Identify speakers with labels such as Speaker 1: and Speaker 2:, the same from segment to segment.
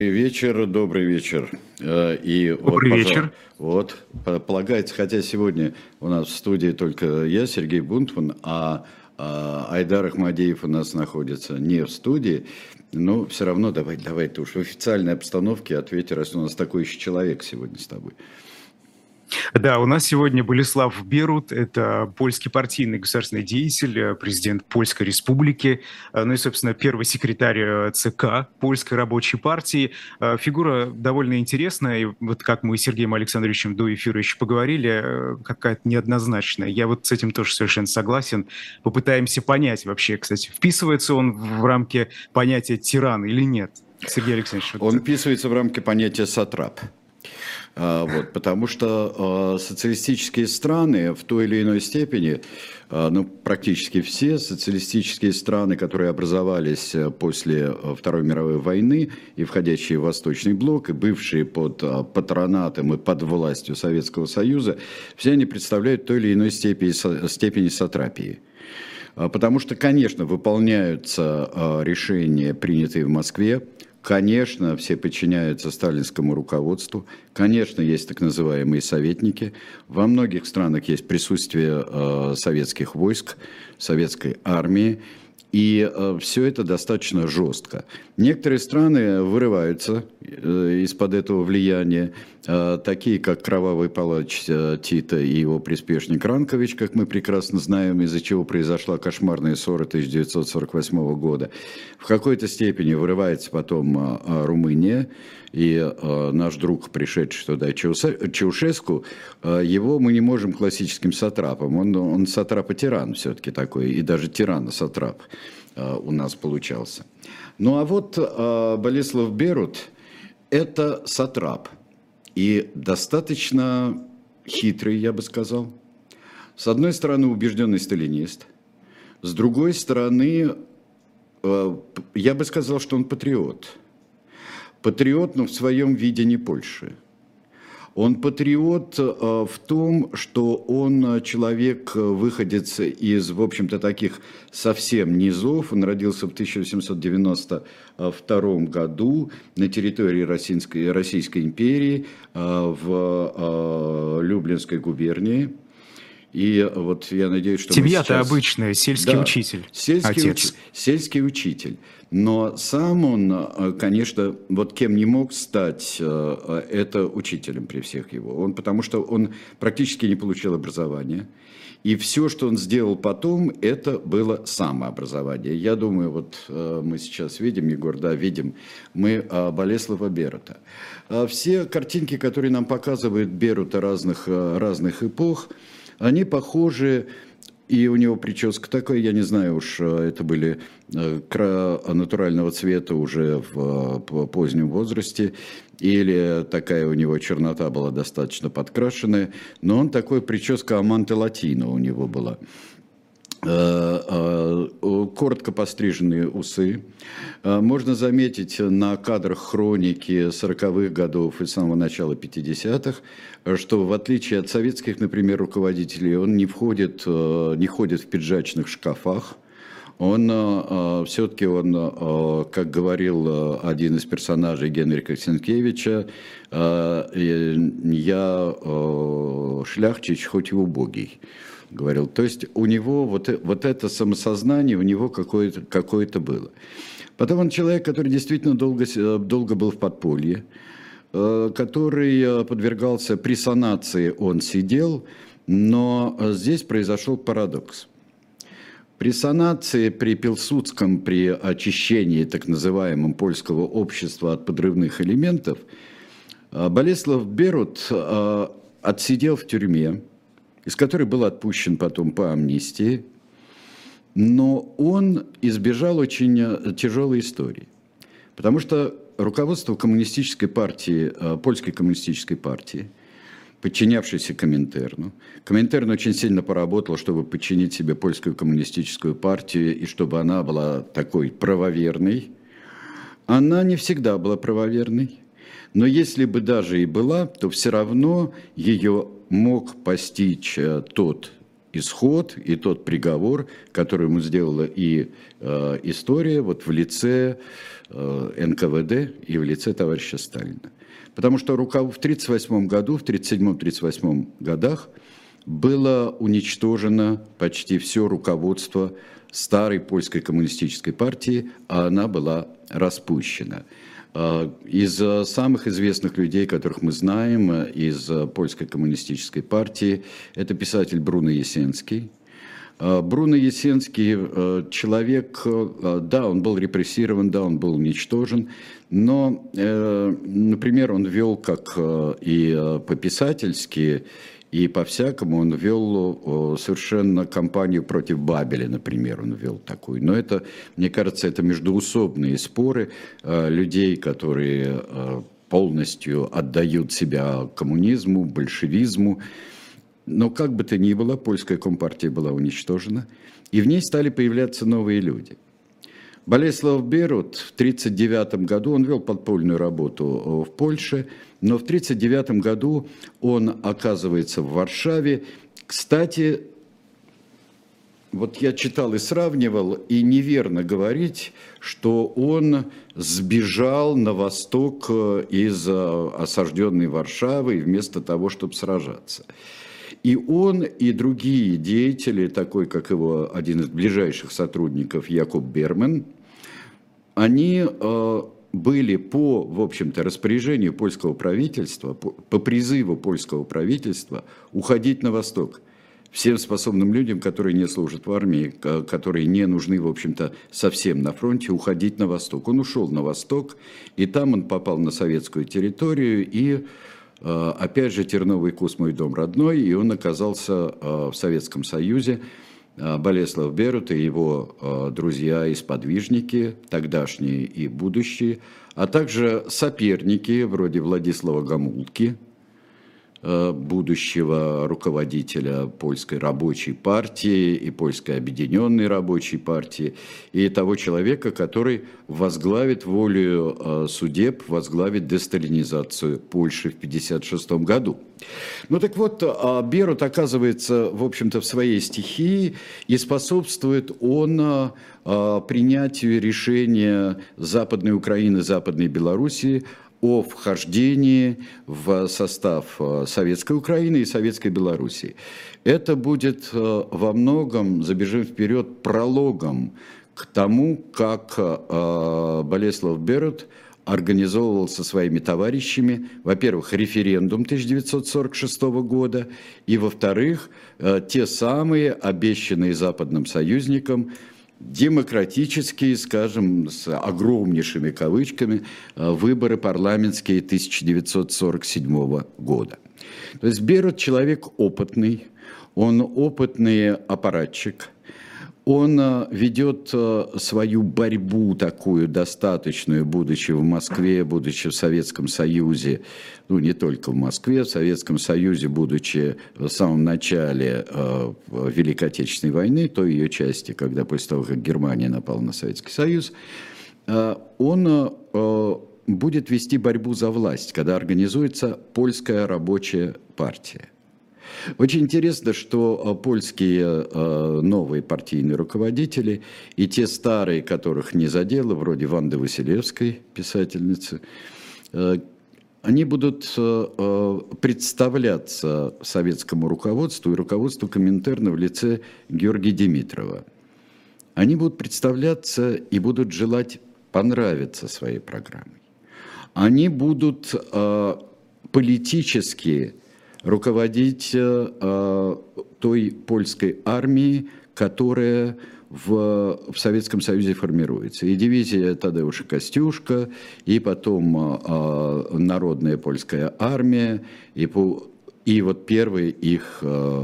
Speaker 1: Вечер, добрый вечер. И вот,
Speaker 2: Добрый
Speaker 1: пожалуйста,
Speaker 2: вечер.
Speaker 1: вот, полагается, хотя сегодня у нас в студии только я, Сергей Бунтман, Айдар Ахмадеев у нас находится не в студии, но все равно давай ты уж в официальной обстановке ответь, раз у нас такой еще человек сегодня с тобой.
Speaker 2: Да, у нас сегодня Болеслав Берут, это польский партийный государственный деятель, президент Польской Республики, ну и, собственно, первый секретарь ЦК Польской рабочей партии. Фигура довольно интересная, и вот как мы с Сергеем Александровичем до эфира еще поговорили, какая-то неоднозначная. Я вот с этим тоже совершенно согласен. Попытаемся понять вообще, кстати, вписывается он в рамки понятия тиран или нет. Сергей Александрович,
Speaker 1: Он
Speaker 2: вот...
Speaker 1: вписывается в рамки понятия сатрап. Вот, потому что социалистические страны в той или иной степени, ну, практически все социалистические страны, которые образовались после Второй мировой войны и входящие в Восточный блок, и бывшие под патронатом и под властью Советского Союза, все они представляют в той или иной степени сатрапии. Потому что, конечно, выполняются решения, принятые в Москве. Конечно, все подчиняются сталинскому руководству. Конечно, есть так называемые советники. Во многих странах есть присутствие советских войск, советской армии. И все это достаточно жестко. Некоторые страны вырываются из-под этого влияния, такие как кровавый палач Тита и его приспешник Ранкович, как мы прекрасно знаем, из-за чего произошла кошмарная ссора 1948 года. В какой-то степени вырывается потом Румыния, и наш друг, пришедший туда, Чаушеску, его мы не можем классическим сатрапом. Он сатрап-тиран все-таки такой, и даже тиран-сатрап у нас получался. Ну а вот Болеслав Берут – это сатрап. И достаточно хитрый, я бы сказал. С одной стороны, убежденный сталинист. С другой стороны, я бы сказал, что он патриот. Патриот, но в своем видении Польши. Он патриот в том, что он человек, выходец из, в общем-то, таких совсем низов. Он родился в 1892 году на территории Российской империи в Люблинской губернии. И вот я надеюсь, что мы
Speaker 2: Семья-то
Speaker 1: сейчас...
Speaker 2: обычная, сельский учитель, отец.
Speaker 1: Сельский учитель. Но сам он, конечно, вот кем не мог стать, это учителем при всех его. Потому что он практически не получил образования. И все, что он сделал потом, это было самообразование. Я думаю, вот мы сейчас видим, Егор, да, видим, мы Болеслава Берута. Все картинки, которые нам показывают Берута разных эпох, они похожи, и у него прическа такая, я не знаю уж, это были натурального цвета уже в позднем возрасте, или такая у него чернота была достаточно подкрашенная, но он такой, прическа Аманте Латино у него была. Коротко постриженные усы. Можно заметить на кадрах хроники 40-х годов и самого начала 50-х, что в отличие от советских, например, руководителей, он не ходит в пиджачных шкафах. Он все-таки, как говорил один из персонажей Генрика Сенкевича, я шляхтич, хоть и убогий. Говорил. То есть у него вот это самосознание, у него какое-то было. Потом он человек, который действительно долго был в подполье, который подвергался при санации, он сидел, но здесь произошел парадокс. При санации, при Пилсудском, при очищении так называемого польского общества от подрывных элементов, Болеслав Берут отсидел в тюрьме, из которой был отпущен потом по амнистии, но он избежал очень тяжелой истории. Потому что руководство коммунистической партии, польской коммунистической партии, подчинявшейся Коминтерну, Коминтерн очень сильно поработал, чтобы подчинить себе польскую коммунистическую партию, и чтобы она была такой правоверной. Она не всегда была правоверной, но если бы даже и была, то все равно ее мог постичь тот исход и тот приговор, который ему сделала и история вот в лице НКВД и в лице товарища Сталина. Потому что в 1937 году, в 1937-1938 годах было уничтожено почти все руководство старой польской коммунистической партии, а она была распущена. Из самых известных людей, которых мы знаем из польской коммунистической партии, это писатель Бруно Ясенский. Бруно Ясенский человек, да, он был репрессирован, да, он был уничтожен, но, например, он вел как и по-писательски, и по-всякому он вел совершенно кампанию против Бабеля, например, он вел такую. Но это, мне кажется, это междоусобные споры людей, которые полностью отдают себя коммунизму, большевизму. Но как бы то ни было, польская компартия была уничтожена, и в ней стали появляться новые люди. Болеслав Берут в 1939 году, он вел подпольную работу в Польше, но в 1939 году он оказывается в Варшаве. Кстати, вот я читал и сравнивал, и неверно говорить, что он сбежал на восток из осажденной Варшавы вместо того, чтобы сражаться. И он, и другие деятели, такой как его один из ближайших сотрудников Якоб Берман, они были по, в общем-то, распоряжению польского правительства, по призыву польского правительства уходить на восток. Всем способным людям, которые не служат в армии, которые не нужны, в общем-то, совсем на фронте, уходить на восток. Он ушел на восток, и там он попал на советскую территорию, и опять же, Терновый Кус, мой дом родной, и он оказался в Советском Союзе. Болеслав Берут и его друзья и сподвижники, тогдашние и будущие, а также соперники, вроде Владислава Гомулки, будущего руководителя Польской рабочей партии и Польской объединенной рабочей партии, и того человека, который возглавит волею судеб, возглавит десталинизацию Польши в 1956 году. Ну так вот, Берут оказывается, в общем-то, в своей стихии, и способствует он принятию решения Западной Украины, Западной Белоруссии о вхождении в состав Советской Украины и Советской Белоруссии. Это будет во многом, забежим вперед, прологом к тому, как Болеслав Берут организовывал со своими товарищами, во-первых, референдум 1946 года, и, во-вторых, те самые обещанные западным союзникам демократические, скажем, с огромнейшими кавычками, выборы парламентские 1947 года. То есть Берут человек опытный, он опытный аппаратчик, он ведет свою борьбу такую достаточную, будучи в Москве, будучи в Советском Союзе, ну не только в Москве, в Советском Союзе, будучи в самом начале Великой Отечественной войны, той ее части, когда после того, как Германия напала на Советский Союз, он будет вести борьбу за власть, когда организуется Польская рабочая партия. Очень интересно, что польские новые партийные руководители и те старые, которых не задело, вроде Ванды Василевской, писательницы, они будут представляться советскому руководству и руководству Коминтерна в лице Георгия Димитрова. Они будут представляться и будут желать понравиться своей программой. Они будут политически руководить той польской армией, которая в Советском Союзе формируется. И дивизия Тадеуша Костюшка, и потом Народная польская армия, и вот первые их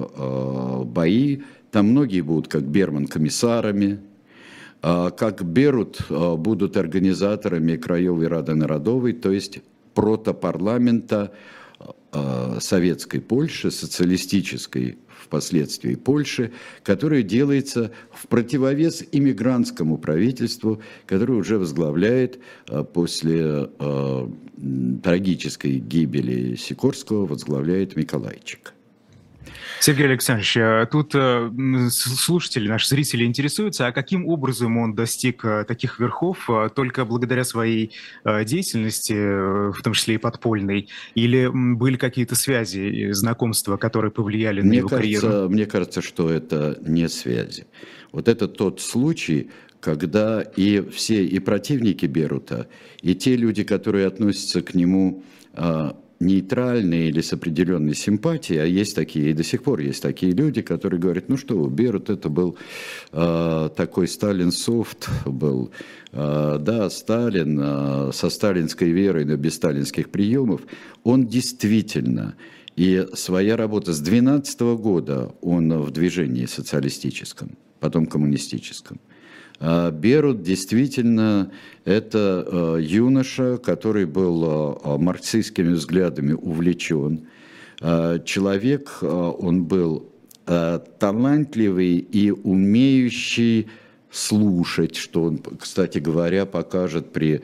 Speaker 1: бои, там многие будут как Берман комиссарами, как Берут будут организаторами Краевой Рады Народовой, то есть протопарламента советской Польши, социалистической впоследствии Польши, которая делается в противовес иммигрантскому правительству, которое уже возглавляет после трагической гибели Сикорского, возглавляет Миколайчик.
Speaker 2: Сергей Александрович, тут слушатели, наши зрители интересуются, а каким образом он достиг таких верхов только благодаря своей деятельности, в том числе и подпольной, или были какие-то связи, знакомства, которые повлияли на его карьеру?
Speaker 1: Мне кажется, что это не связи. Вот это тот случай, когда и все, и противники Берута, и те люди, которые относятся к нему нейтральные или с определенной симпатией, а есть такие, и до сих пор есть такие люди, которые говорят, ну что, Берут это был такой Сталин-софт, был, да, Сталин со сталинской верой, но без сталинских приемов, он действительно, и своя работа с 12 года он в движении социалистическом, потом коммунистическом. Берут действительно это юноша, который был марксистскими взглядами увлечен. Человек, он был талантливый и умеющий слушать, что он, кстати говоря, покажет при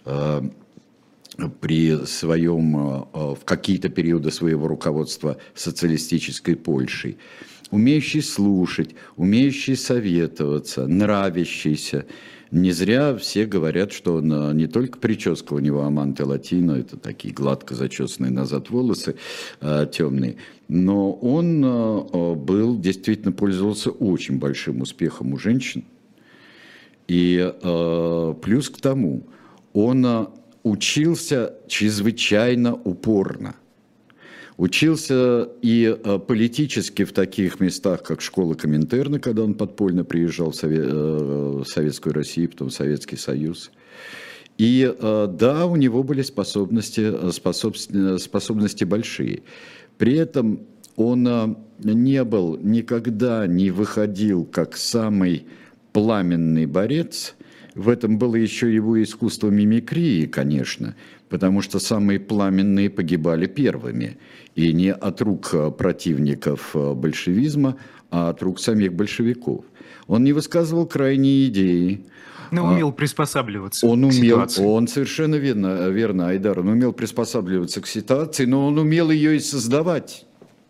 Speaker 1: своем, в какие-то периоды своего руководства социалистической Польшей. Умеющий слушать, умеющий советоваться, нравящийся. Не зря все говорят, что он не только прическа у него аманте латино, это такие гладко зачесанные назад волосы темные, но он был, действительно пользовался очень большим успехом у женщин. И плюс к тому, он учился чрезвычайно упорно. Учился и политически в таких местах, как школа Коминтерна, когда он подпольно приезжал в Советскую Россию, потом в Советский Союз. И да, у него были способности большие. При этом он никогда не выходил как самый пламенный борец. В этом было еще его искусство мимикрии, конечно, потому что самые пламенные погибали первыми. И не от рук противников большевизма, а от рук самих большевиков. Он не высказывал крайние идеи.
Speaker 2: Но умел приспосабливаться
Speaker 1: к
Speaker 2: ситуации.
Speaker 1: Он совершенно верно, Айдар, он умел приспосабливаться к ситуации, но он умел ее и создавать.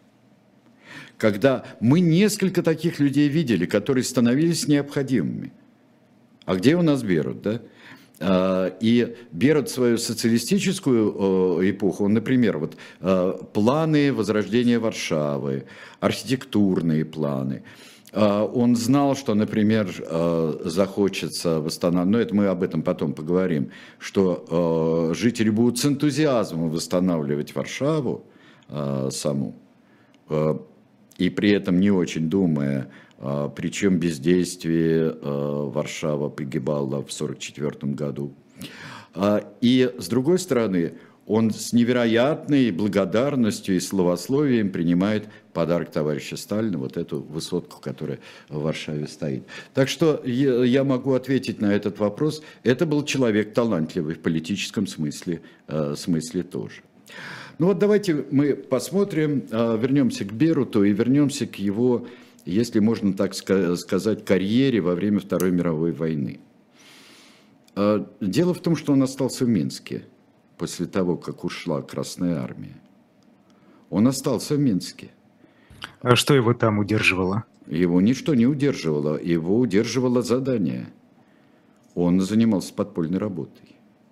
Speaker 1: Когда мы несколько таких людей видели, которые становились необходимыми. А где у нас Берут, да? И Берут свою социалистическую эпоху, он, например, вот, планы возрождения Варшавы, архитектурные планы, он знал, что, например, захочется восстанавливать, но это мы об этом потом поговорим, что жители будут с энтузиазмом восстанавливать Варшаву саму, и при этом не очень думая, причем бездействие Варшава погибала в 1944 году. И с другой стороны, он с невероятной благодарностью и словословием принимает подарок товарища Сталина, вот эту высотку, которая в Варшаве стоит. Так что я могу ответить на этот вопрос. Это был человек талантливый в политическом смысле тоже. Ну вот давайте мы посмотрим, вернемся к Беруту и вернемся к его, если можно так сказать, карьере во время Второй мировой войны. Дело в том, что он остался в Минске после того, как ушла Красная Армия. Он остался в Минске.
Speaker 2: А что его там удерживало?
Speaker 1: Его ничто не удерживало, его удерживало задание. Он занимался подпольной работой.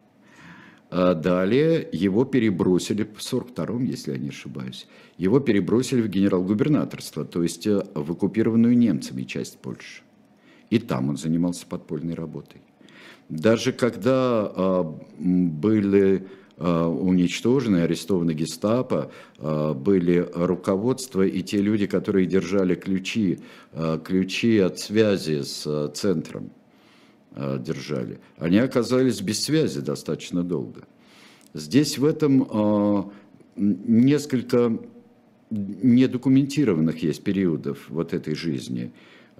Speaker 1: Далее его перебросили, в 1942-м, если я не ошибаюсь, его перебросили в генерал-губернаторство, то есть в оккупированную немцами часть Польши. И там он занимался подпольной работой. Даже когда были уничтожены, арестованы гестапо, были руководство и те люди, которые держали ключи от связи с центром, держали. Они оказались без связи достаточно долго. Здесь в этом несколько недокументированных есть периодов вот этой жизни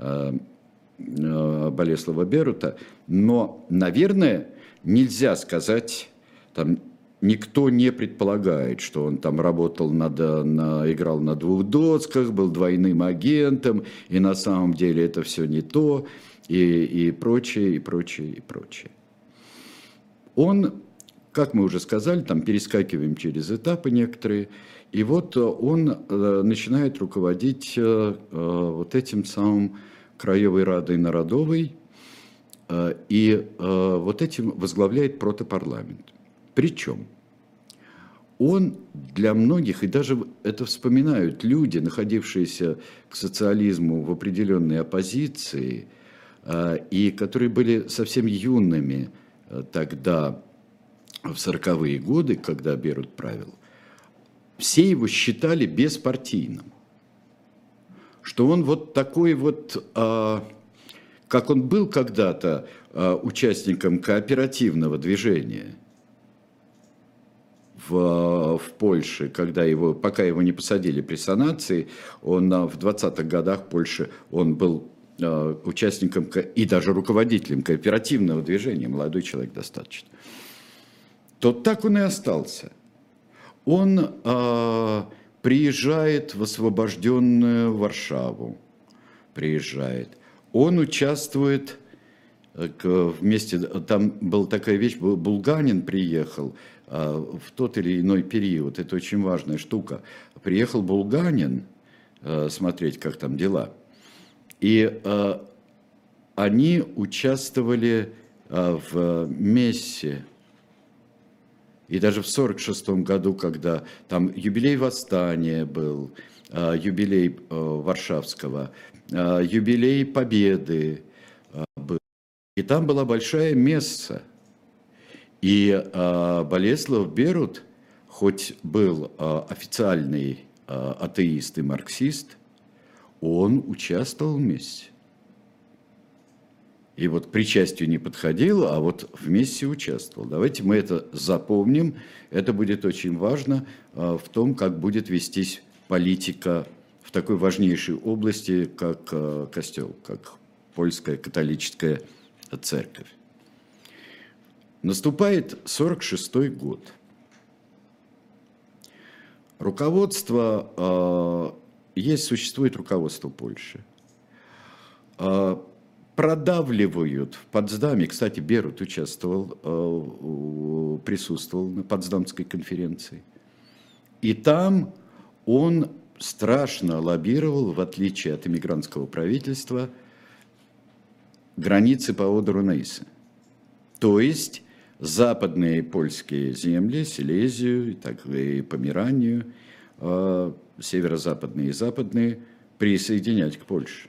Speaker 1: Болеслава Берута, но, наверное, нельзя сказать, там никто не предполагает, что он там работал, играл на двух досках, был двойным агентом, и на самом деле это все не то. И прочее, и прочее, и прочее. Он Как мы уже сказали, там перескакиваем через этапы некоторые. И вот он начинает руководить вот этим самым Краевой Радой Народовой, и вот этим возглавляет протопарламент. Причем он для многих, и даже это вспоминают люди, находившиеся к социализму в определенной оппозиции, и которые были совсем юными тогда, в 40-е годы, когда Берут правил, все его считали беспартийным. Что он вот такой вот, как он был когда-то участником кооперативного движения в Польше, пока его не посадили при санации, он в 20-х годах Польши, он был участником и даже руководителем кооперативного движения, молодой человек достаточно, то так он и остался. Он приезжает в освобожденную Варшаву, он участвует вместе, там была такая вещь, Булганин приехал в тот или иной период, это очень важная штука. Приехал Булганин смотреть, как там дела, и они участвовали в мессе. И даже в 1946 году, когда там юбилей восстания был, юбилей Варшавского, юбилей Победы был. И там была большая месса. И Болеслав Берут, хоть был официальный атеист и марксист, он участвовал в мессе. И вот к причастию не подходил, а вот в мессе участвовал. Давайте мы это запомним. Это будет очень важно в том, как будет вестись политика в такой важнейшей области, как костел, как польская католическая церковь. Наступает 1946 год. Существует руководство Польши. Продавливают в Потсдаме, кстати, Берут присутствовал на Потсдамской конференции. И там он страшно лоббировал, в отличие от иммигрантского правительства, границы по Одеру Нейсе. То есть западные польские земли, Силезию, и Померанию, северо-западные и западные, присоединять к Польше.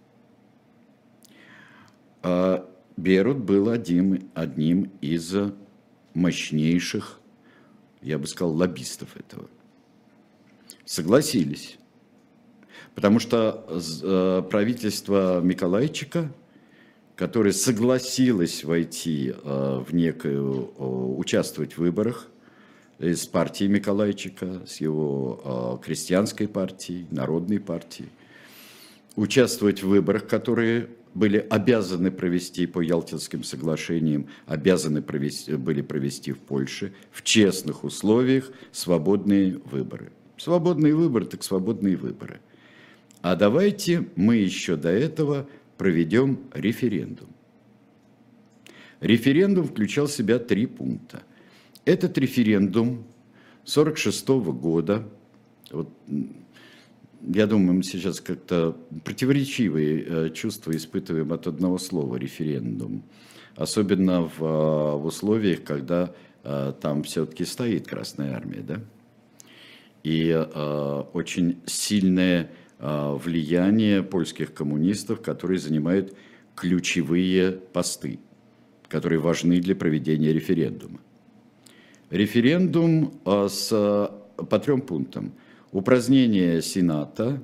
Speaker 1: Берут был одним из мощнейших, я бы сказал, лоббистов этого. Согласились. Потому что правительство Миколайчика, которое согласилось войти участвовать в выборах с партией Миколайчика, с его крестьянской партией, народной партией, участвовать в выборах, которые были обязаны провести по Ялтинским соглашениям, были провести в Польше в честных условиях свободные выборы. Свободные выборы, так свободные выборы. А давайте мы еще до этого проведем референдум. Референдум включал в себя 3 пункта. Этот референдум 1946 года, вот, я думаю, мы сейчас как-то противоречивые чувства испытываем от одного слова «референдум». Особенно в условиях, когда там все-таки стоит Красная Армия, да? И очень сильное влияние польских коммунистов, которые занимают ключевые посты, которые важны для проведения референдума. Референдум по 3 пунктам. Упразднение Сената,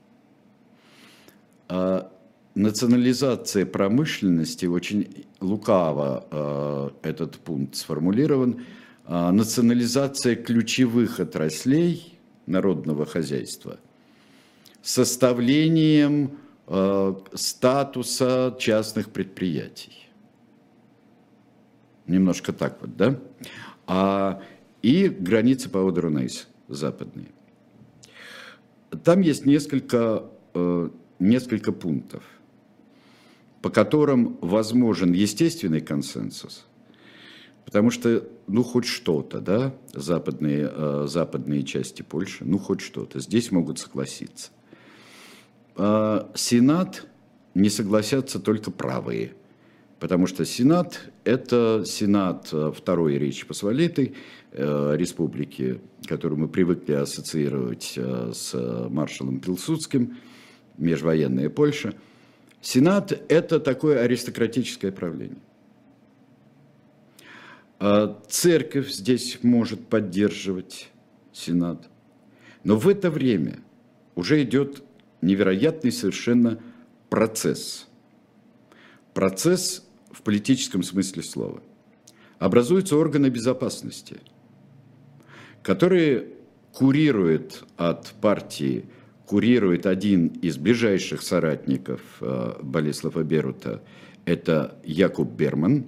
Speaker 1: национализация промышленности, очень лукаво этот пункт сформулирован, национализация ключевых отраслей народного хозяйства, составлением статуса частных предприятий. Немножко так вот, да? И границы по Одеру Нейсе, западные. Там есть несколько пунктов, по которым возможен естественный консенсус, Потому что, ну, хоть что-то, да, западные части Польши, ну, хоть что-то, здесь могут согласиться. Сенат не согласятся только правые, потому что Сенат – это Сенат Второй Речи Посполитой, республики, которую мы привыкли ассоциировать с маршалом Пилсудским, межвоенная Польша. Сенат – это такое аристократическое правление. Церковь здесь может поддерживать Сенат. Но в это время уже идет невероятный совершенно процесс. Процесс в политическом смысле слова. Образуются органы безопасности, которые курирует от партии, курирует один из ближайших соратников Болеслава Берута, это Якуб Берман,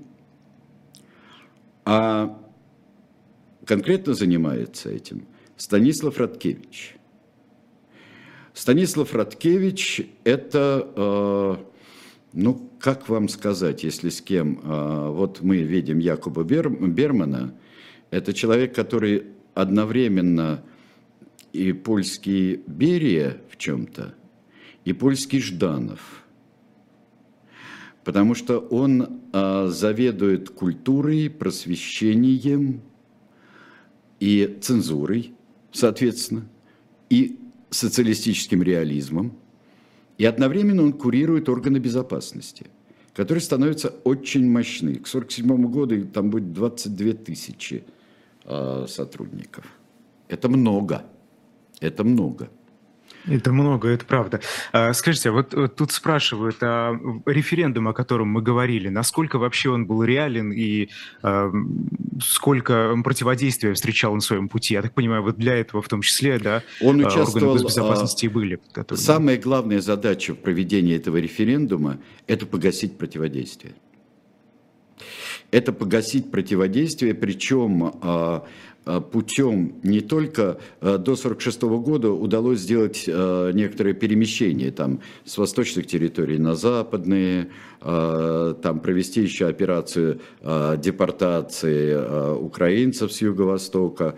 Speaker 1: а конкретно занимается этим Станислав Радкевич. Станислав Радкевич – это, ну, как вам сказать, если с кем, вот мы видим Якуба Бермана, это человек, который одновременно и польский Берия в чем-то, и польский Жданов. Потому что он заведует культурой, просвещением и цензурой, соответственно, и социалистическим реализмом. И одновременно он курирует органы безопасности, которые становятся очень мощны. К 1947 году там будет 22 тысячи сотрудников. Это много. Это много.
Speaker 2: Это много, это правда. Скажите, вот тут спрашивают о референдуме, о котором мы говорили. Насколько вообще он был реален и сколько противодействия встречал на своем пути? Я так понимаю, вот для этого в том числе, да,
Speaker 1: он участвовал,
Speaker 2: органы безопасности были. Которые...
Speaker 1: Самая главная задача в проведении этого референдума – это погасить противодействие. Это погасить противодействие, причем путем не только до 1946 года удалось сделать некоторые перемещения там, с восточных территорий на западные, там, провести еще операцию депортации украинцев с юго-востока,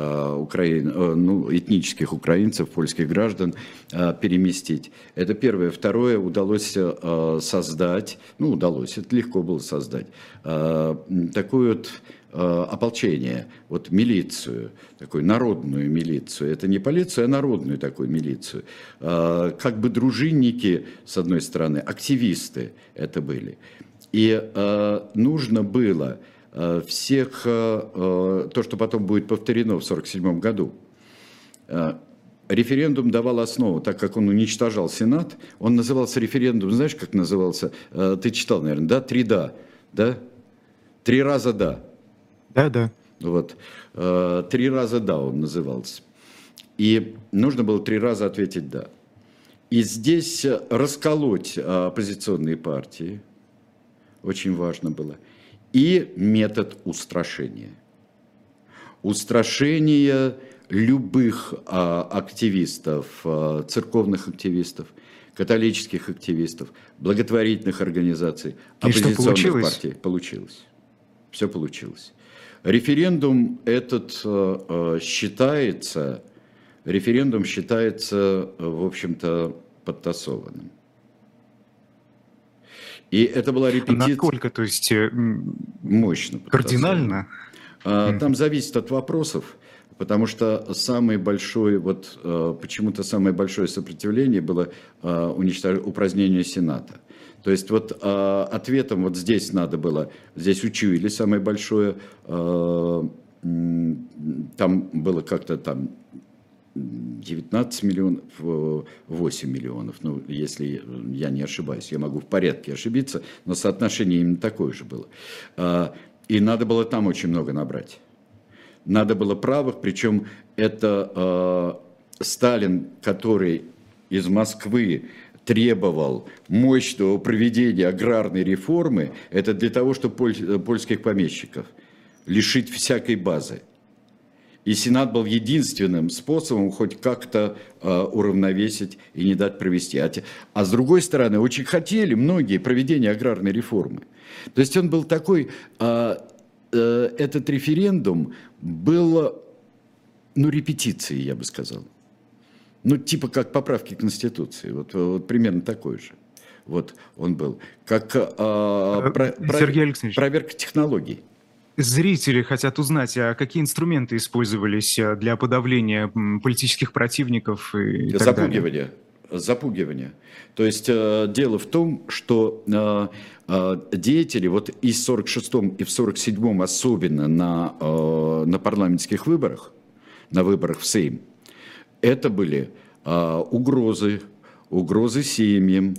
Speaker 1: этнических украинцев, польских граждан переместить. Это первое. Второе, удалось создать, это легко было создать, такую вот ополчение, вот милицию, такую народную милицию. Это не полицию, а народную такую милицию. Как бы дружинники, с одной стороны, активисты это были. И нужно было всех, то, что потом будет повторено в 1947 году, референдум давал основу, так как он уничтожал Сенат, он назывался референдум, знаешь, как назывался? Ты читал, наверное, да? 3 «да», да? 3 раза «да».
Speaker 2: Да.
Speaker 1: Вот. 3 раза «да» он назывался. И нужно было 3 раза ответить «да». И здесь расколоть оппозиционные партии, очень важно было, и метод устрашения. Устрашение любых активистов, церковных активистов, католических активистов, благотворительных организаций, оппозиционных партий. Получилось. Все получилось. Референдум этот считается, в общем-то, подтасованным. И это была репетиция.
Speaker 2: Насколько, то есть,
Speaker 1: мощно
Speaker 2: кардинально?
Speaker 1: Там зависит от вопросов, потому что почему-то самое большое сопротивление было упразднению Сената. То есть вот ответом вот здесь надо было, здесь учуяли самое большое, там было как-то там 19 миллионов, 8 миллионов, ну, если я не ошибаюсь, я могу в порядке ошибиться, но соотношение именно такое же было. И надо было там очень много набрать. Надо было правых, причем это Сталин, который из Москвы требовал мощного проведения аграрной реформы, это для того, чтобы польских помещиков лишить всякой базы. И Сенат был единственным способом хоть как-то уравновесить и не дать провести. А с другой стороны, очень хотели многие проведения аграрной реформы. То есть он был такой этот референдум был, ну, репетицией, я бы сказал. Ну, типа как поправки к Конституции, вот примерно такой же. Вот он был. Как
Speaker 2: Сергей Александрович,
Speaker 1: проверка технологий.
Speaker 2: зрители хотят узнать, а какие инструменты использовались для подавления политических противников и так далее.
Speaker 1: Запугивание. Запугивание. То есть дело в том, что деятели вот и в 46-м, и в 47-м особенно на парламентских выборах, на выборах в Сейм, это были угрозы семьям,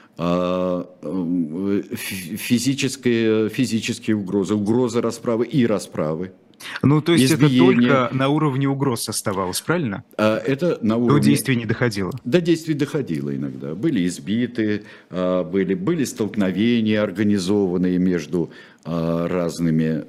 Speaker 1: физические угрозы, угрозы расправы и расправы,
Speaker 2: Ну, то есть это
Speaker 1: избиение.
Speaker 2: только на уровне угроз оставалось, правильно?
Speaker 1: Это на
Speaker 2: До
Speaker 1: уровне...
Speaker 2: действий не доходило.
Speaker 1: До действий доходило иногда. Были избиты, были столкновения, организованные между разными,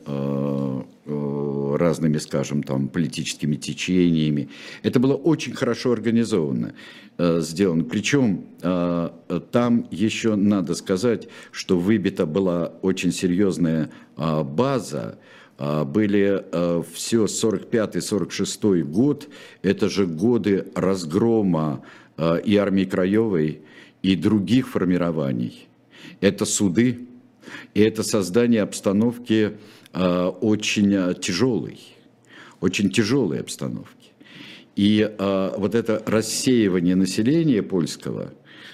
Speaker 1: скажем, там, политическими течениями. Это было очень хорошо организовано, сделано. Причем там еще надо сказать, что выбита была очень серьезная база. Были все 45-46 год, это же годы разгрома и армии Краевой, и других формирований. Это суды, и это создание обстановки очень тяжелой обстановки. И вот это рассеивание населения польского,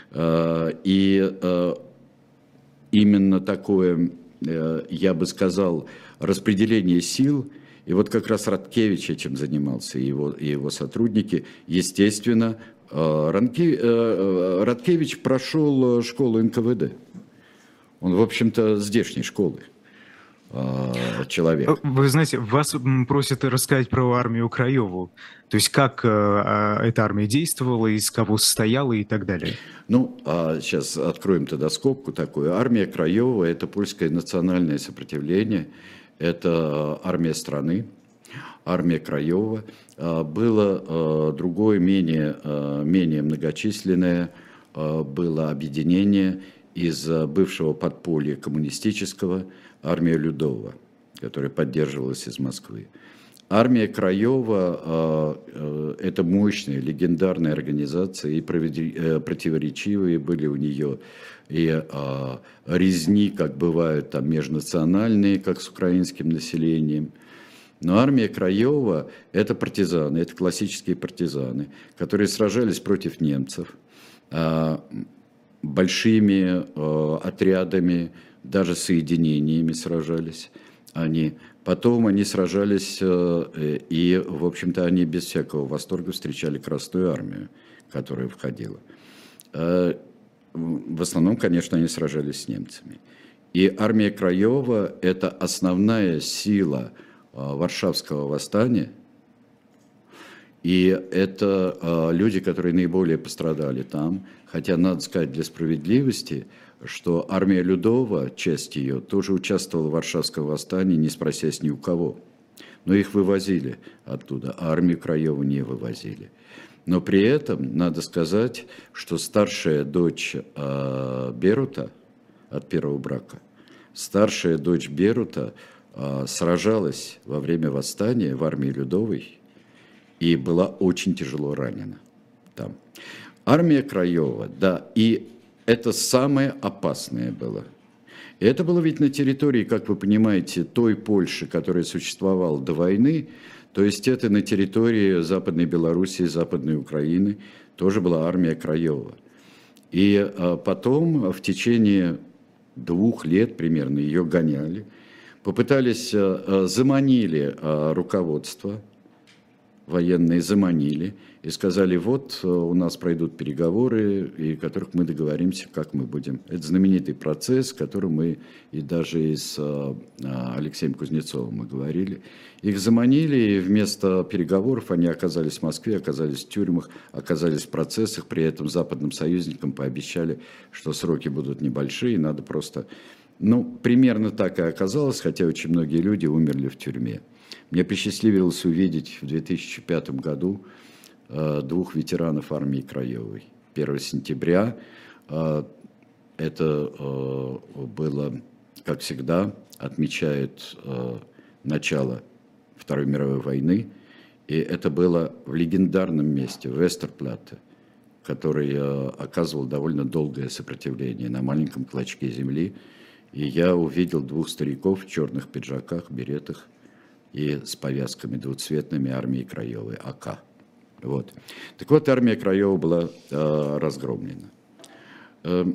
Speaker 1: и именно такое, я бы сказал, распределение сил, и вот как раз Радкевич этим занимался, и его сотрудники, естественно, Радкевич прошел школу НКВД. Он, в общем-то, здешней школы человек.
Speaker 2: Вы знаете, вас просят рассказать про армию Краеву. То есть как эта армия действовала, из кого состояла и так далее.
Speaker 1: Ну, сейчас откроем тогда скобку такую. Армия Краева – это польское национальное сопротивление, это армия страны, армия Краева. Было другое, менее многочисленное, было объединение из бывшего подполья коммунистического, армия Людова, которая поддерживалась из Москвы. Армия Краева – это мощная, легендарная организация, и противоречивые были у нее и резни, как бывают там межнациональные, как с украинским населением. Но армия Краева – это партизаны, это классические партизаны, которые сражались против немцев большими отрядами, даже соединениями сражались они. Потом они сражались, и, в общем-то, они без всякого восторга встречали Красную Армию, которая входила. В основном, конечно, они сражались с немцами. И армия Краева – это основная сила Варшавского восстания, и это люди, которые наиболее пострадали там. Хотя, надо сказать, для справедливости, что армия Людова, часть ее, тоже участвовала в Варшавском восстании, не спросясь ни у кого. Но их вывозили оттуда, а армию Краеву не вывозили. Но при этом надо сказать, что старшая дочь Берута от первого брака, старшая дочь Берута сражалась во время восстания в армии Людовой и была очень тяжело ранена там. Армия Краева, да, и это самое опасное было. И это было ведь на территории, как вы понимаете, той Польши, которая существовала до войны, то есть это на территории Западной Белоруссии, Западной Украины, тоже была армия Краева. И потом в течение 2 лет примерно ее гоняли, попытались, заманили руководство, военные заманили и сказали, вот у нас пройдут переговоры, и в которых мы договоримся, как мы будем. Это знаменитый процесс, который мы и даже и с Алексеем Кузнецовым мы говорили. Их заманили, и вместо переговоров они оказались в Москве, оказались в тюрьмах, оказались в процессах, при этом западным союзникам пообещали, что сроки будут небольшие, надо просто... Ну, примерно так и оказалось, хотя очень многие люди умерли в тюрьме. Мне посчастливилось увидеть в 2005 году 2 ветеранов армии Краевой. 1 сентября это было, как всегда, отмечают начала Второй мировой войны. И это было в легендарном месте, в Вестерплатте, который оказывал довольно долгое сопротивление на маленьком клочке земли. И я увидел двух стариков в черных пиджаках, беретах и с повязками двуцветными армии Краевой, АК. Вот. Так вот, армия Краева была разгромлена. В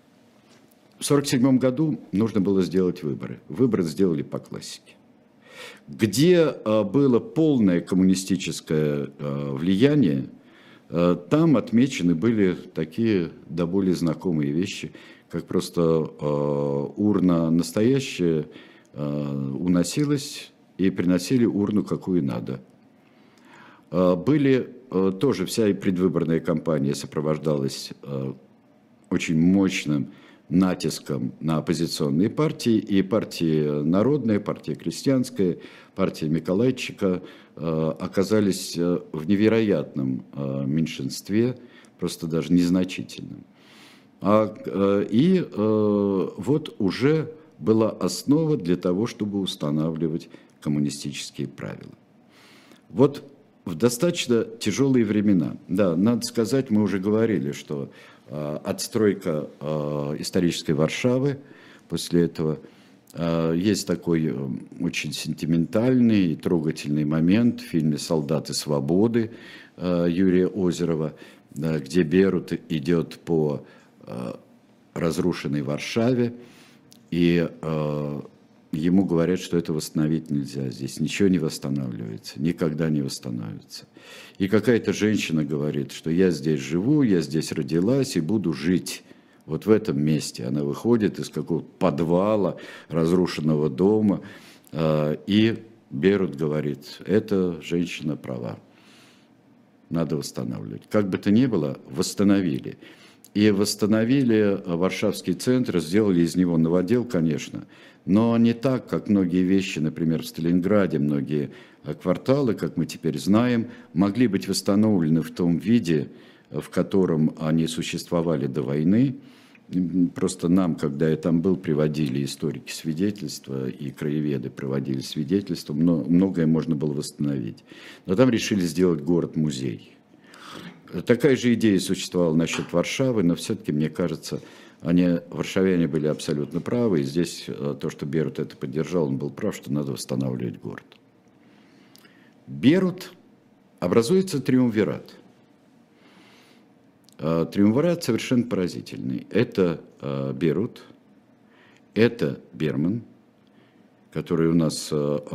Speaker 1: 1947 году нужно было сделать выборы. Выборы сделали по классике. Где было полное коммунистическое влияние, там отмечены были такие до боли знакомые вещи, как просто урна настоящая уносилась и приносили урну какую надо. Были тоже, вся предвыборная кампания сопровождалась очень мощным натиском на оппозиционные партии, и партия народная, партия крестьянская, партия Миколайчика оказались в невероятном меньшинстве, просто даже незначительном. И вот уже была основа для того, чтобы устанавливать коммунистические правила. Вот в достаточно тяжелые времена, да, надо сказать, мы уже говорили, что отстройка исторической Варшавы после этого, есть такой очень сентиментальный и трогательный момент в фильме «Солдаты свободы» Юрия Озерова, где Берут идет по разрушенной Варшаве, и ему говорят, что это восстановить нельзя, здесь ничего не восстанавливается, никогда не восстановится. И какая-то женщина говорит, что я здесь живу, я здесь родилась и буду жить вот в этом месте. Она выходит из какого-то подвала разрушенного дома, и Берут говорит, эта женщина права, надо восстанавливать. Как бы то ни было, восстановили. И восстановили Варшавский центр, сделали из него новодел, конечно, но не так, как многие вещи, например, в Сталинграде, многие кварталы, как мы теперь знаем, могли быть восстановлены в том виде, в котором они существовали до войны. Просто нам, когда я там был, приводили историки свидетельства, и краеведы приводили свидетельства, многое можно было восстановить. Но там решили сделать город-музей. Такая же идея существовала насчет Варшавы, но все-таки, мне кажется, варшавяне были абсолютно правы. И здесь то, что Берут это поддержал, он был прав, что надо восстанавливать город. Берут, образуется триумвират. Триумвират совершенно поразительный. Это Берут, это Берман, который у нас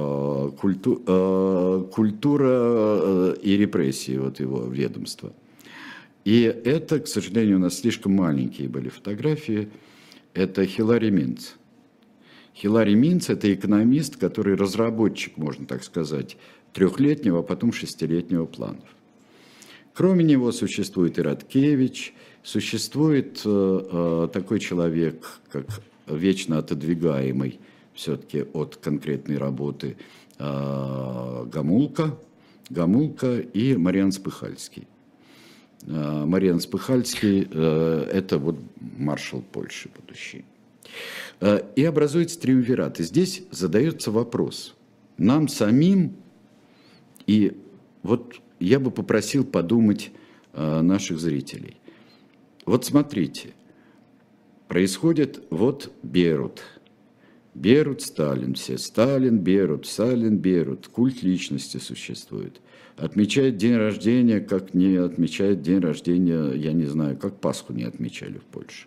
Speaker 1: культура и репрессии, вот его ведомство. И это, к сожалению, у нас слишком маленькие были фотографии. Это Хилари Минц. Хилари Минц – это экономист, который разработчик, можно так сказать, трехлетнего, а потом шестилетнего планов. Кроме него существует и Радкевич, существует такой человек, как вечно отодвигаемый все-таки от конкретной работы Гамулка и Мариан Спыхальский. Мариан Спыхальский – это вот маршал Польши будущий. И образуется триумвират. И здесь задается вопрос. Нам самим, и вот я бы попросил подумать наших зрителей. Вот смотрите, происходит вот Берут. Берут, Сталин, все Сталин, Берут, Сталин, Берут. Культ личности существует. Отмечает день рождения, как не отмечает день рождения, я не знаю, как Пасху не отмечали в Польше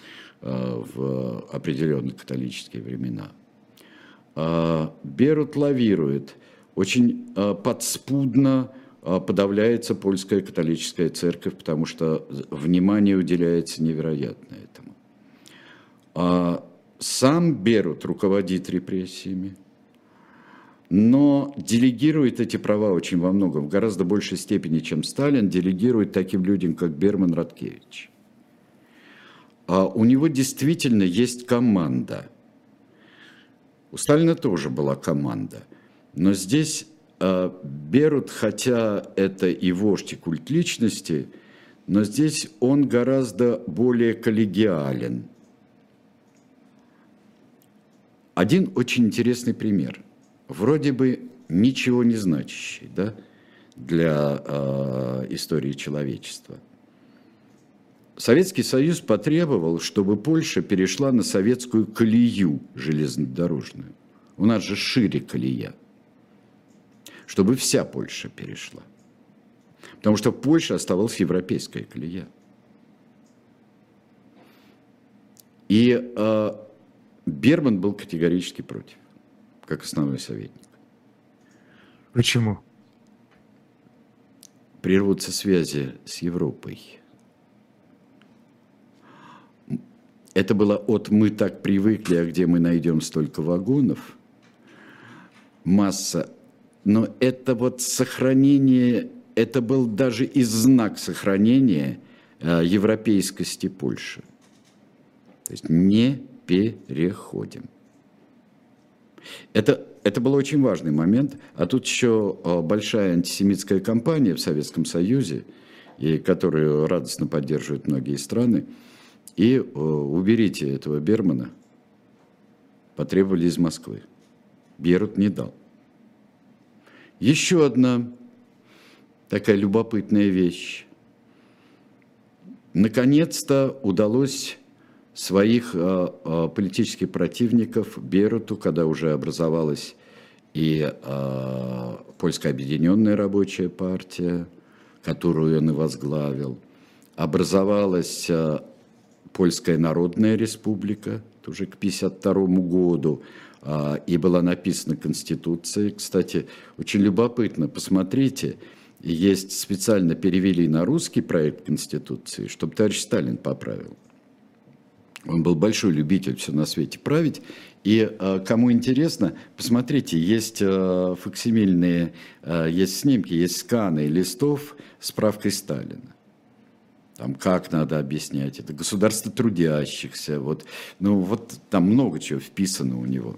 Speaker 1: в определенные католические времена. Берут лавирует, очень подспудно подавляется польская католическая церковь, потому что внимание уделяется невероятно этому. Сам Берут руководит репрессиями, но делегирует эти права очень во многом, в гораздо большей степени, чем Сталин, делегирует таким людям, как Берман, Радкевич. У него действительно есть команда. У Сталина тоже была команда. Но здесь Берут, хотя это и вождь, и культ личности, но здесь он гораздо более коллегиален. Один очень интересный пример. вроде бы ничего не значащий, да, для истории человечества. Советский Союз потребовал, чтобы Польша перешла на советскую колею железнодорожную. У нас же шире колея. Чтобы вся Польша перешла. Потому что в Польше оставалась европейская колея. И Берман был категорически против, как основной советник.
Speaker 2: Почему?
Speaker 1: Прервутся связи с Европой. Это было от «мы так привыкли, а где мы найдем столько вагонов?» Масса. Но это вот сохранение, это был даже и знак сохранения европейскости Польши. То есть не переходим. Это был очень важный момент. А тут еще большая антисемитская кампания в Советском Союзе, и которую радостно поддерживают многие страны. И уберите этого Бермана, потребовали из Москвы. Берут не дал. Еще одна такая любопытная вещь. Наконец-то удалось своих политических противников Беруту, когда уже образовалась и Польская объединенная рабочая партия, которую он и возглавил, образовалась Польская Народная Республика, уже к 1952 году, и была написана Конституция. Кстати, очень любопытно, посмотрите, есть специально перевели на русский проект Конституции, чтобы товарищ Сталин поправил. Он был большой любитель все на свете править. И кому интересно, посмотрите, есть факсимильные, есть снимки, есть сканы листов с справкой Сталина. Там как надо объяснять это, государство трудящихся, вот, ну вот там много чего вписано у него.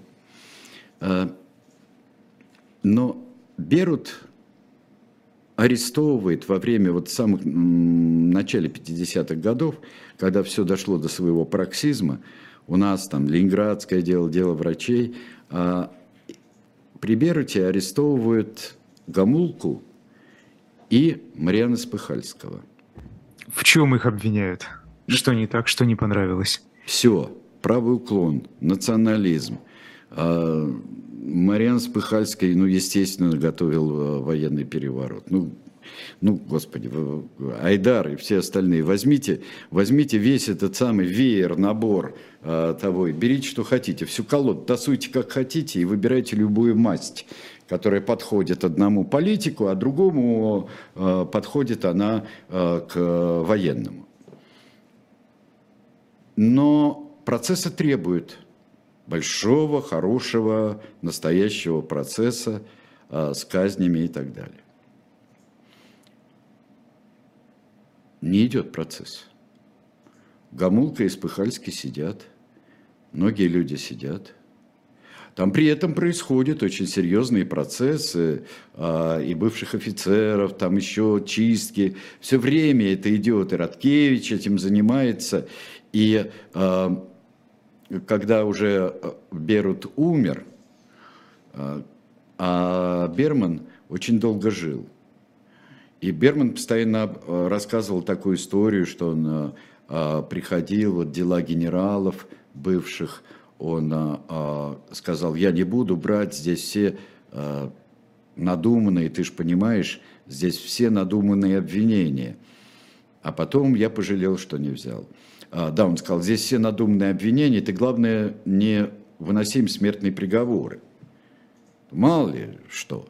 Speaker 1: Но Берут арестовывает во время вот самых начале 50-х годов, когда все дошло до своего пароксизма, у нас там ленинградское дело, дело врачей, при Беруте арестовывают Гомулку и Мариана Спыхальского.
Speaker 2: В чем их обвиняют? Что не так, что не понравилось?
Speaker 1: Все. Правый уклон, национализм. Мариан Спыхальский, ну, естественно, готовил военный переворот. Ну, господи, Айдар и все остальные. Возьмите весь этот самый веер, набор того, и берите, что хотите. Всю колоду тасуйте, как хотите, и выбирайте любую масть, которая подходит одному политику, а другому подходит она к военному. Но процессы требуют большого, хорошего, настоящего процесса с казнями и так далее. Не идет процесс. Гомулка и Спыхальский сидят, многие люди сидят. Там при этом происходят очень серьезные процессы и бывших офицеров, там еще чистки. Все время это идет, и Радкевич этим занимается. И когда уже Берут умер, а Берман очень долго жил. И Берман постоянно рассказывал такую историю, что он приходил, вот дела генералов бывших, он сказал, я не буду брать, здесь все надуманные, ты же понимаешь, здесь все надуманные обвинения. А потом я пожалел, что не взял. Да, он сказал, здесь все надуманные обвинения, ты, главное, не выноси им смертные приговоры. Мало ли что.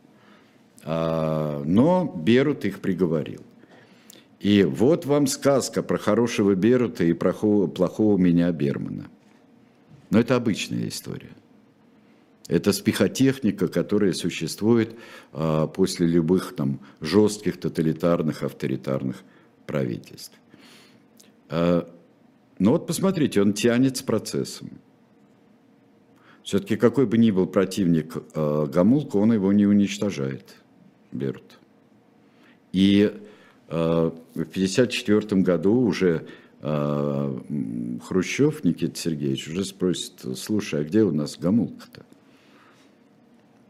Speaker 1: Но Берут их приговорил. И вот вам сказка про хорошего Берута и про плохого меня Бермана. Но это обычная история. Это спихотехника, которая существует после любых там жестких, тоталитарных, авторитарных правительств. Но вот посмотрите, он тянет с процессом. Все-таки какой бы ни был противник Гомулка, он его не уничтожает, Берут. И в 1954 году уже Хрущев, Никита Сергеевич, уже спросит, слушай, а где у нас Гомулка-то?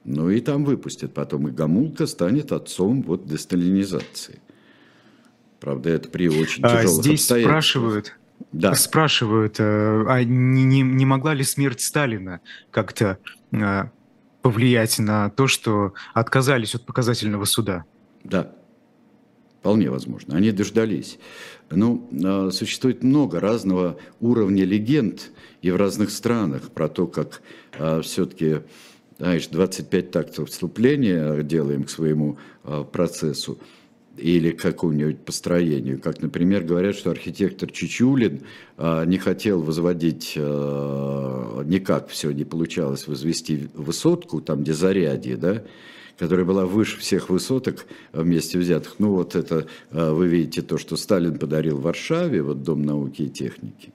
Speaker 1: Ну и там выпустят потом. И Гомулка станет отцом вот десталинизации. Правда, это при очень тяжелых
Speaker 2: Здесь
Speaker 1: обстоятельствах. Да.
Speaker 2: спрашивают, а не могла ли смерть Сталина как-то повлиять на то, что отказались от показательного суда?
Speaker 1: Да, вполне возможно. Они дождались. Ну, существует много разного уровня легенд и в разных странах про то, как все-таки, знаешь, 25 тактов вступления делаем к своему процессу или к какому-нибудь построению. Как, например, говорят, что архитектор Чичулин не хотел возводить, никак все не получалось возвести высотку, там, где Зарядье, да, которая была выше всех высоток вместе взятых. Ну вот это вы видите то, что Сталин подарил Варшаве, вот Дом науки и техники.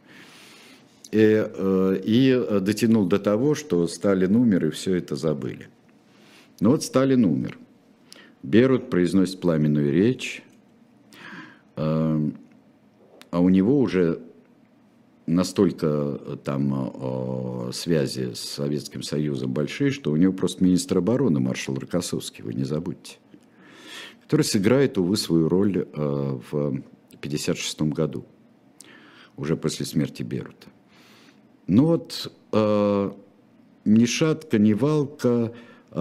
Speaker 1: И дотянул до того, что Сталин умер, и все это забыли. Но вот Сталин умер. Берут, произносит пламенную речь, а у него уже настолько там связи с Советским Союзом большие, что у него просто министр обороны маршал Рокоссовский, вы не забудьте, который сыграет, увы, свою роль в 1956 году, уже после смерти Берута. Ну вот ни шатка, ни валка,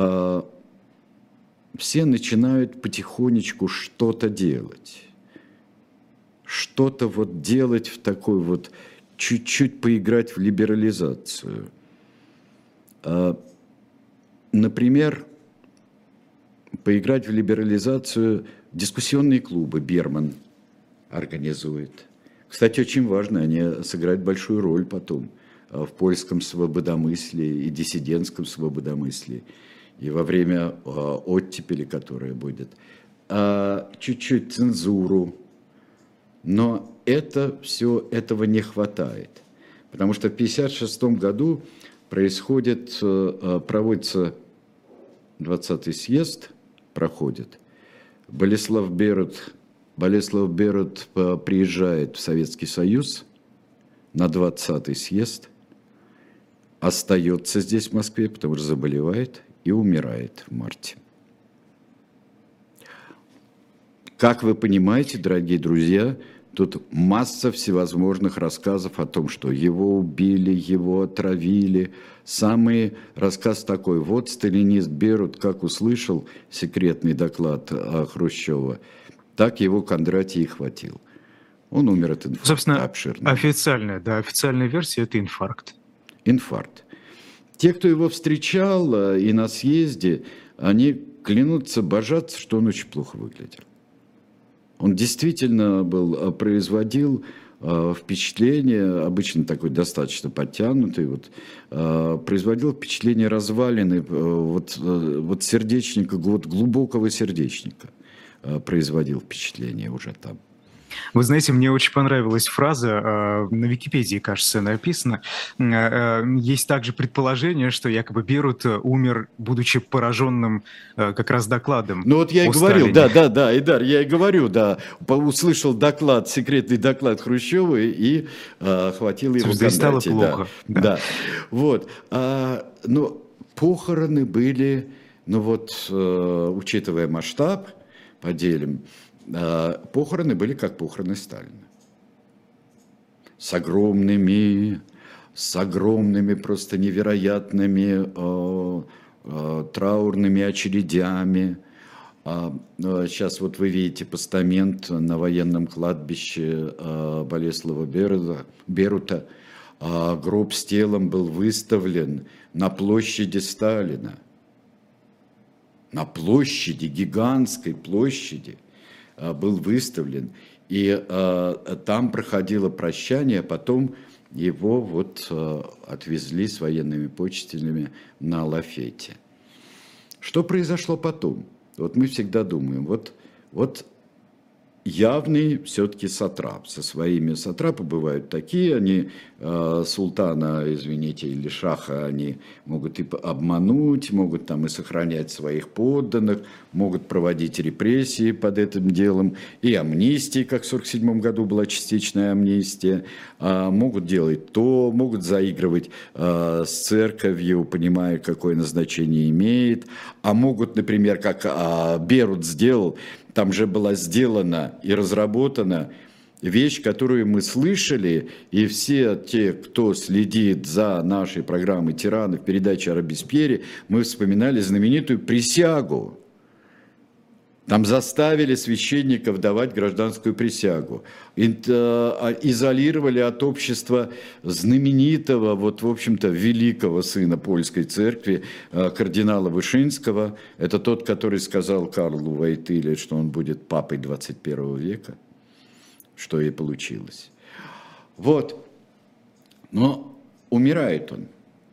Speaker 1: все начинают потихонечку что-то делать. Что-то вот делать в такой вот, чуть-чуть поиграть в либерализацию. Например, поиграть в либерализацию дискуссионные клубы Берман организует. Кстати, очень важно, они сыграют большую роль потом в польском свободомыслии и диссидентском свободомыслии. И во время оттепели, которая будет, чуть-чуть цензуру. Но все этого не хватает. Потому что в 1956 году проводится 20-й съезд, проходит. Болеслав Берут приезжает в Советский Союз на 20-й съезд, остается здесь, в Москве, потому что заболевает и умирает в марте. Как вы понимаете, дорогие друзья, тут масса всевозможных рассказов о том, что его убили, его отравили. Самый рассказ такой: вот сталинист Берут, как услышал секретный доклад Хрущева, так его Кондратий и хватил. Он умер от инфаркта.
Speaker 2: Собственно,
Speaker 1: обширного.
Speaker 2: официальная версия – это инфаркт.
Speaker 1: Инфаркт. Те, кто его встречал и на съезде, они клянутся, божатся, что он очень плохо выглядел. Он действительно производил впечатление, обычно такой достаточно подтянутый, производил впечатление развалины, сердечника, глубокого сердечника производил впечатление уже там.
Speaker 2: Вы знаете, мне очень понравилась фраза, на Википедии, кажется, написано. Есть также предположение, что якобы Берут умер, будучи пораженным как раз докладом.
Speaker 1: Ну вот я и говорил, да, Идар, я и говорю, да, услышал доклад, секретный доклад Хрущева и хватило его Кондратий.
Speaker 2: Стало плохо.
Speaker 1: Да. Вот. Но похороны были, учитывая масштаб, поделим, похороны были как похороны Сталина. С огромными просто невероятными траурными очередями. Сейчас вот вы видите постамент на военном кладбище Болеслава Берута. Гроб с телом был выставлен на площади Сталина. На площади, гигантской площади был выставлен. И там проходило прощание, потом его отвезли с военными почестями на лафете. Что произошло потом? Вот мы всегда думаем, явный все-таки сатрап. Со своими сатрапы бывают такие, они султана, извините, или шаха, они могут и обмануть, могут там и сохранять своих подданных, могут проводить репрессии под этим делом, и амнистии, как в 1947 году была частичная амнистия, могут делать то, могут заигрывать с церковью, понимая, какое назначение имеет, а могут, например, как Берут сделал, там же была сделана и разработана вещь, которую мы слышали, и все те, кто следит за нашей программой «Тираны» в передаче о Робеспьере, мы вспоминали знаменитую присягу. Там заставили священников давать гражданскую присягу. Изолировали от общества знаменитого, вот, в общем-то, великого сына польской церкви, кардинала Вышинского. Это тот, который сказал Карлу Войтыле, что он будет папой 21 века, что и получилось. Вот. Но умирает он.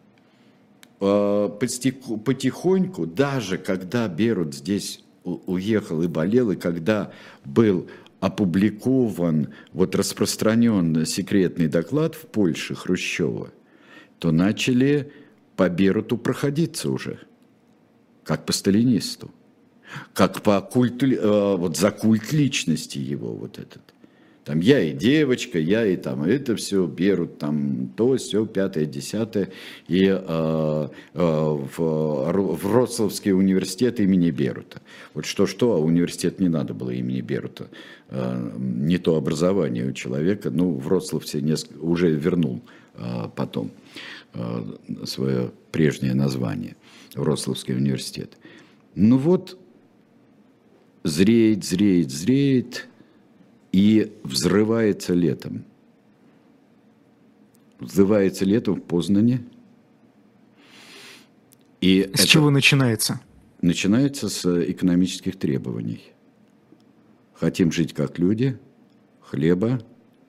Speaker 1: Потихоньку, даже когда Берут здесь уехал и болел, и когда был опубликован, вот распространен секретный доклад в Польше Хрущева, то начали по Беруту проходиться уже, как по сталинисту, как по культу, вот за культ личности его вот этот. Там я и девочка, я и там это все, Берут, там то, все, пятое, десятое. И в Вроцлавский университет имени Берута. Вот что-что, а университет не надо было имени Берута. Не то образование у человека. Ну, Вроцлав все уже вернул потом свое прежнее название. Вроцлавский университет. Ну вот, зреет. И взрывается летом. Взрывается летом в Познане. И
Speaker 2: с чего начинается?
Speaker 1: Начинается с экономических требований. Хотим жить как люди, хлеба.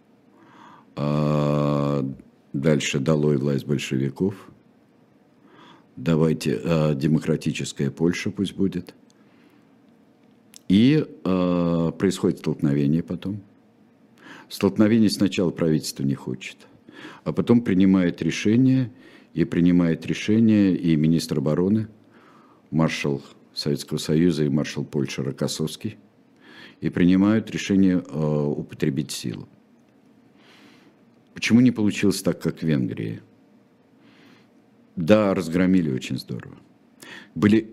Speaker 1: Дальше долой власть большевиков. Давайте демократическая Польша пусть будет. И происходит столкновение потом. Столкновение сначала правительство не хочет, а потом принимает решение, и министр обороны, маршал Советского Союза и маршал Польши Рокоссовский, и принимают решение употребить силу. Почему не получилось так, как в Венгрии? Да, разгромили очень здорово. Были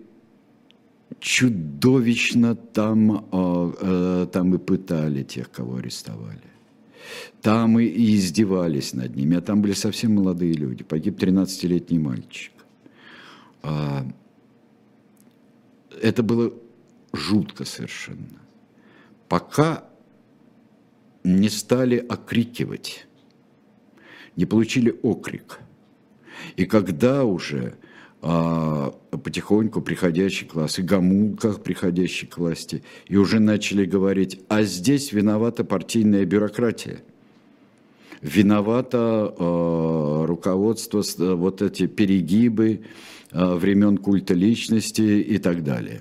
Speaker 1: чудовищно там и пытали тех, кого арестовали. Там и издевались над ними. А там были совсем молодые люди. Погиб 13-летний мальчик. Это было жутко совершенно. Пока не стали окрикивать, не получили окрик. И когда уже потихоньку приходящий класс, и Гомулка, приходящий к власти, и уже начали говорить, а здесь виновата партийная бюрократия, виновато руководство, вот эти перегибы времен культа личности и так далее.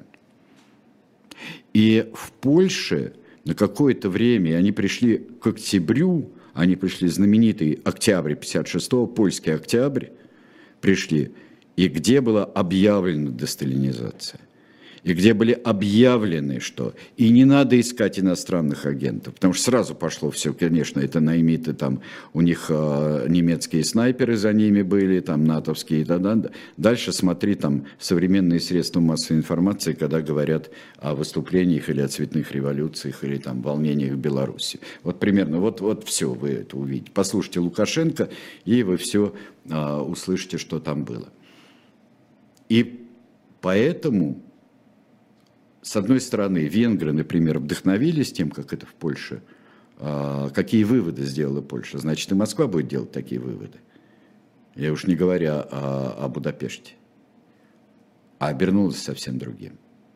Speaker 1: И в Польше на какое-то время они пришли к октябрю, они пришли знаменитый октябрь 56-го, польский октябрь, пришли, и где была объявлена десталинизация, и где были объявлены, что и не надо искать иностранных агентов, потому что сразу пошло все, конечно, это наймиты, там у них немецкие снайперы за ними были, там натовские, дальше смотри, там современные средства массовой информации, когда говорят о выступлениях или о цветных революциях, или там волнениях в Беларуси. Вот примерно, вот все вы это увидите. Послушайте Лукашенко, и вы все услышите, что там было. И поэтому, с одной стороны, венгры, например, вдохновились тем, как это в Польше, какие выводы сделала Польша. Значит, и Москва будет делать такие выводы. Я уж не говоря о Будапеште. А обернулось совсем другим.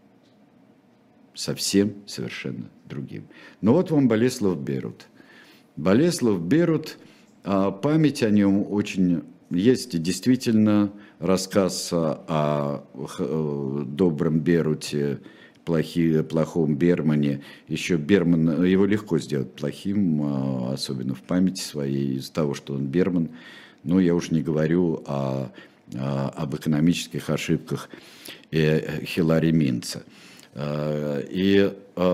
Speaker 1: Совсем совершенно другим. Но вот вам Болеслав Берут. Болеслав Берут, память о нем очень... Есть действительно рассказ о добром Беруте, плохом Бермане. Еще Берман, его легко сделать плохим, особенно в памяти своей, из-за того, что он Берман. Но я уж не говорю об экономических ошибках Хилари Минца. И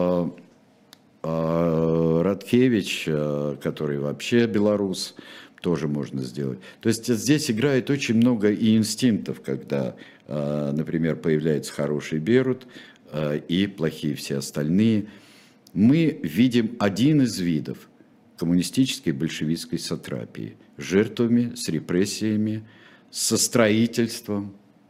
Speaker 1: Радкевич, который вообще белорус, тоже можно сделать. То есть здесь играет очень много и инстинктов, когда, например, появляется хороший Берут и плохие все остальные. Мы видим один из видов коммунистической и большевистской сатрапии с жертвами, с репрессиями, со строительством,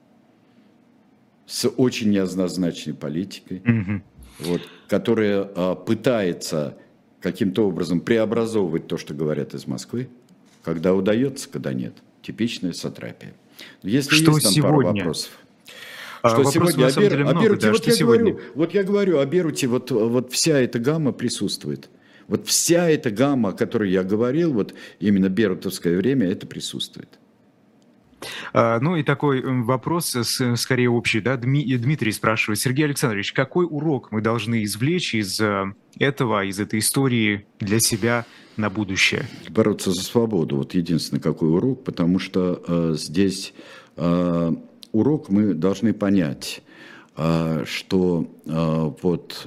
Speaker 1: с очень неоднозначной политикой, вот, которая пытается каким-то образом преобразовывать то, что говорят из Москвы, когда удается, когда нет. Типичная сатрапия. Если
Speaker 2: что
Speaker 1: есть там
Speaker 2: сегодня?
Speaker 1: Пару вопросов. Что сегодня о Беруте, вот я говорю, о Беруте вот вся эта гамма присутствует. Вот вся эта гамма, о которой я говорил, вот именно берутовское время, это присутствует.
Speaker 2: Ну и такой вопрос, скорее общий, да, Дмитрий спрашивает: Сергей Александрович, какой урок мы должны извлечь из этого, из этой истории для себя на будущее?
Speaker 1: Бороться за свободу, вот единственный какой урок, потому что здесь урок мы должны понять, что вот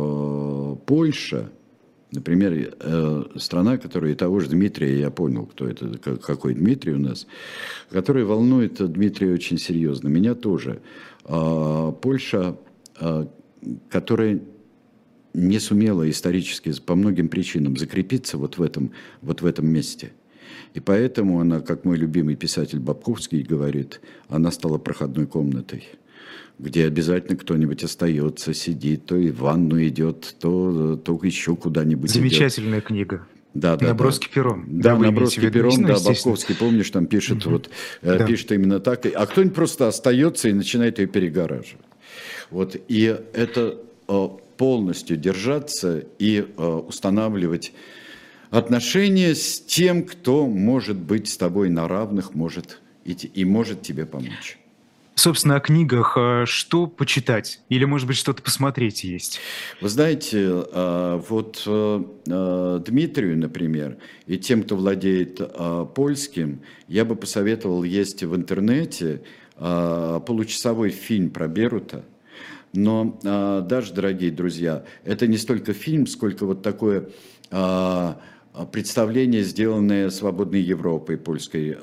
Speaker 1: Польша, например, страна, которая и того же Дмитрия, я понял, кто это, какой Дмитрий у нас, который волнует Дмитрия очень серьезно, меня тоже. Польша, которая не сумела исторически по многим причинам закрепиться вот в этом месте. И поэтому она, как мой любимый писатель Бабковский говорит, она стала проходной комнатой, где обязательно кто-нибудь остается, сидит, то и в ванну идет, то еще куда-нибудь
Speaker 2: Замечательная идет. Книга.
Speaker 1: Да,
Speaker 2: «Наброски пером».
Speaker 1: Да, «Наброски пером», да, Бабковский, помнишь, там пишет, пишет именно так. А кто-нибудь просто остается и начинает ее перегораживать. Вот, и это полностью держаться и устанавливать отношения с тем, кто может быть с тобой на равных, может и может тебе помочь.
Speaker 2: Собственно, о книгах что почитать? Или, может быть, что-то посмотреть есть?
Speaker 1: Вы знаете, вот Дмитрию, например, и тем, кто владеет польским, я бы посоветовал, есть в интернете получасовой фильм про Берута. Но даже, дорогие друзья, это не столько фильм, сколько вот такое представление, сделанное «Свободной Европой», польской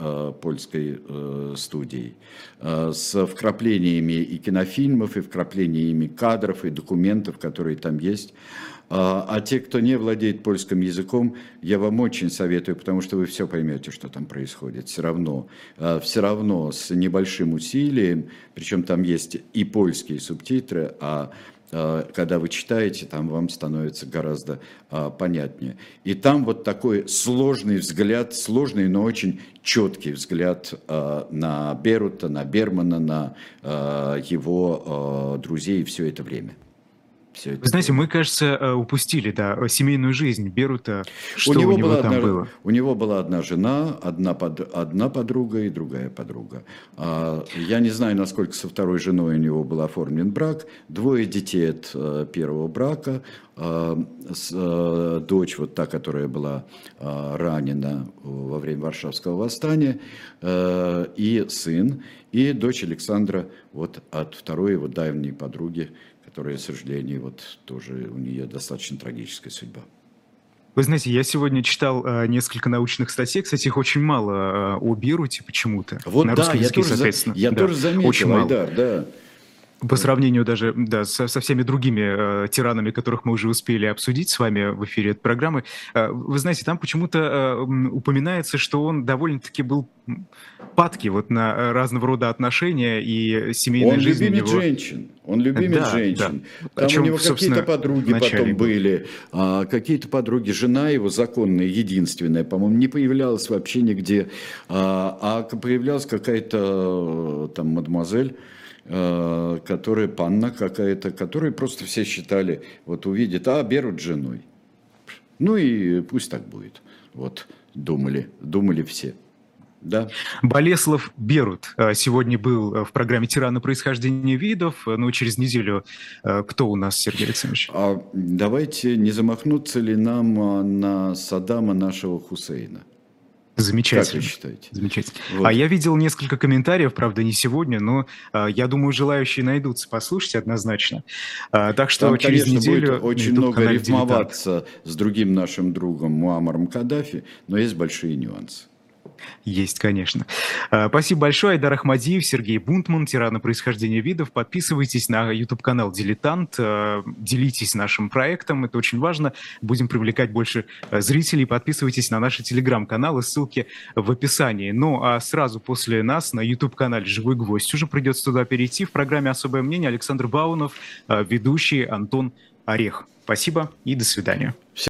Speaker 1: студией, с вкраплениями и кинофильмов, и вкраплениями кадров, и документов, которые там есть. А те, кто не владеет польским языком, я вам очень советую, потому что вы все поймете, что там происходит. Все равно с небольшим усилием, причем там есть и польские субтитры, когда вы читаете, там вам становится гораздо понятнее. И там вот такой сложный взгляд, сложный, но очень четкий взгляд на Берута, на Бермана, на его друзей все это время.
Speaker 2: Вы знаете, мы, кажется, упустили, семейную жизнь Берута. Что у него там было?
Speaker 1: У него была одна жена, одна подруга и другая подруга. Я не знаю, насколько со второй женой у него был оформлен брак. 2 детей от первого брака. Дочь, вот та, которая была ранена во время Варшавского восстания, и сын, и дочь Александра вот от второй его давней подруги, которая, к сожалению, вот тоже у нее достаточно трагическая судьба.
Speaker 2: Вы знаете, я сегодня читал несколько научных статей, кстати, их очень мало о Беруте почему-то.
Speaker 1: Вот на русском языке, соответственно. Я тоже заметил, очень мало. Айдар, да.
Speaker 2: По сравнению даже со всеми другими тиранами, которых мы уже успели обсудить с вами в эфире этой программы. Вы знаете, там почему-то упоминается, что он довольно-таки был падкий вот на разного рода отношения, и семейная жизнь у него...
Speaker 1: Он любимец женщин.
Speaker 2: Да.
Speaker 1: Там у него какие-то подруги потом были. Какие-то подруги. Жена его законная, единственная, по-моему, не появлялась вообще нигде. А появлялась какая-то там мадемуазель, которая панна какая-то, которую просто все считали, вот увидит, Берут с женой. Ну и пусть так будет. Вот, думали все. Да.
Speaker 2: Болеслав Берут сегодня был в программе «Тираны происхождения видов». Ну, через неделю кто у нас, Сергей Александрович?
Speaker 1: Давайте, не замахнуться ли нам на Саддама нашего Хусейна? Как вы
Speaker 2: Замечательно.
Speaker 1: считаете?
Speaker 2: Замечательно.
Speaker 1: Вот.
Speaker 2: Я видел несколько комментариев, правда, не сегодня, но я думаю, желающие найдутся послушать однозначно. Так что
Speaker 1: Там,
Speaker 2: через
Speaker 1: конечно, будет
Speaker 2: неделю
Speaker 1: очень
Speaker 2: на
Speaker 1: много
Speaker 2: YouTube-канале «Дилетант».
Speaker 1: рифмоваться с другим нашим другом Муаммаром Каддафи, но есть большие нюансы.
Speaker 2: Есть, конечно. Спасибо большое. Айдар Ахмадиев, Сергей Бунтман, «Тираны происхождения видов». Подписывайтесь на YouTube-канал «Дилетант». Делитесь нашим проектом. Это очень важно. Будем привлекать больше зрителей. Подписывайтесь на наши телеграм-каналы. Ссылки в описании. Ну, а сразу после нас на YouTube-канале «Живой гвоздь» уже придется туда перейти. В программе «Особое мнение» Александр Баунов, ведущий Антон Орех. Спасибо и до свидания.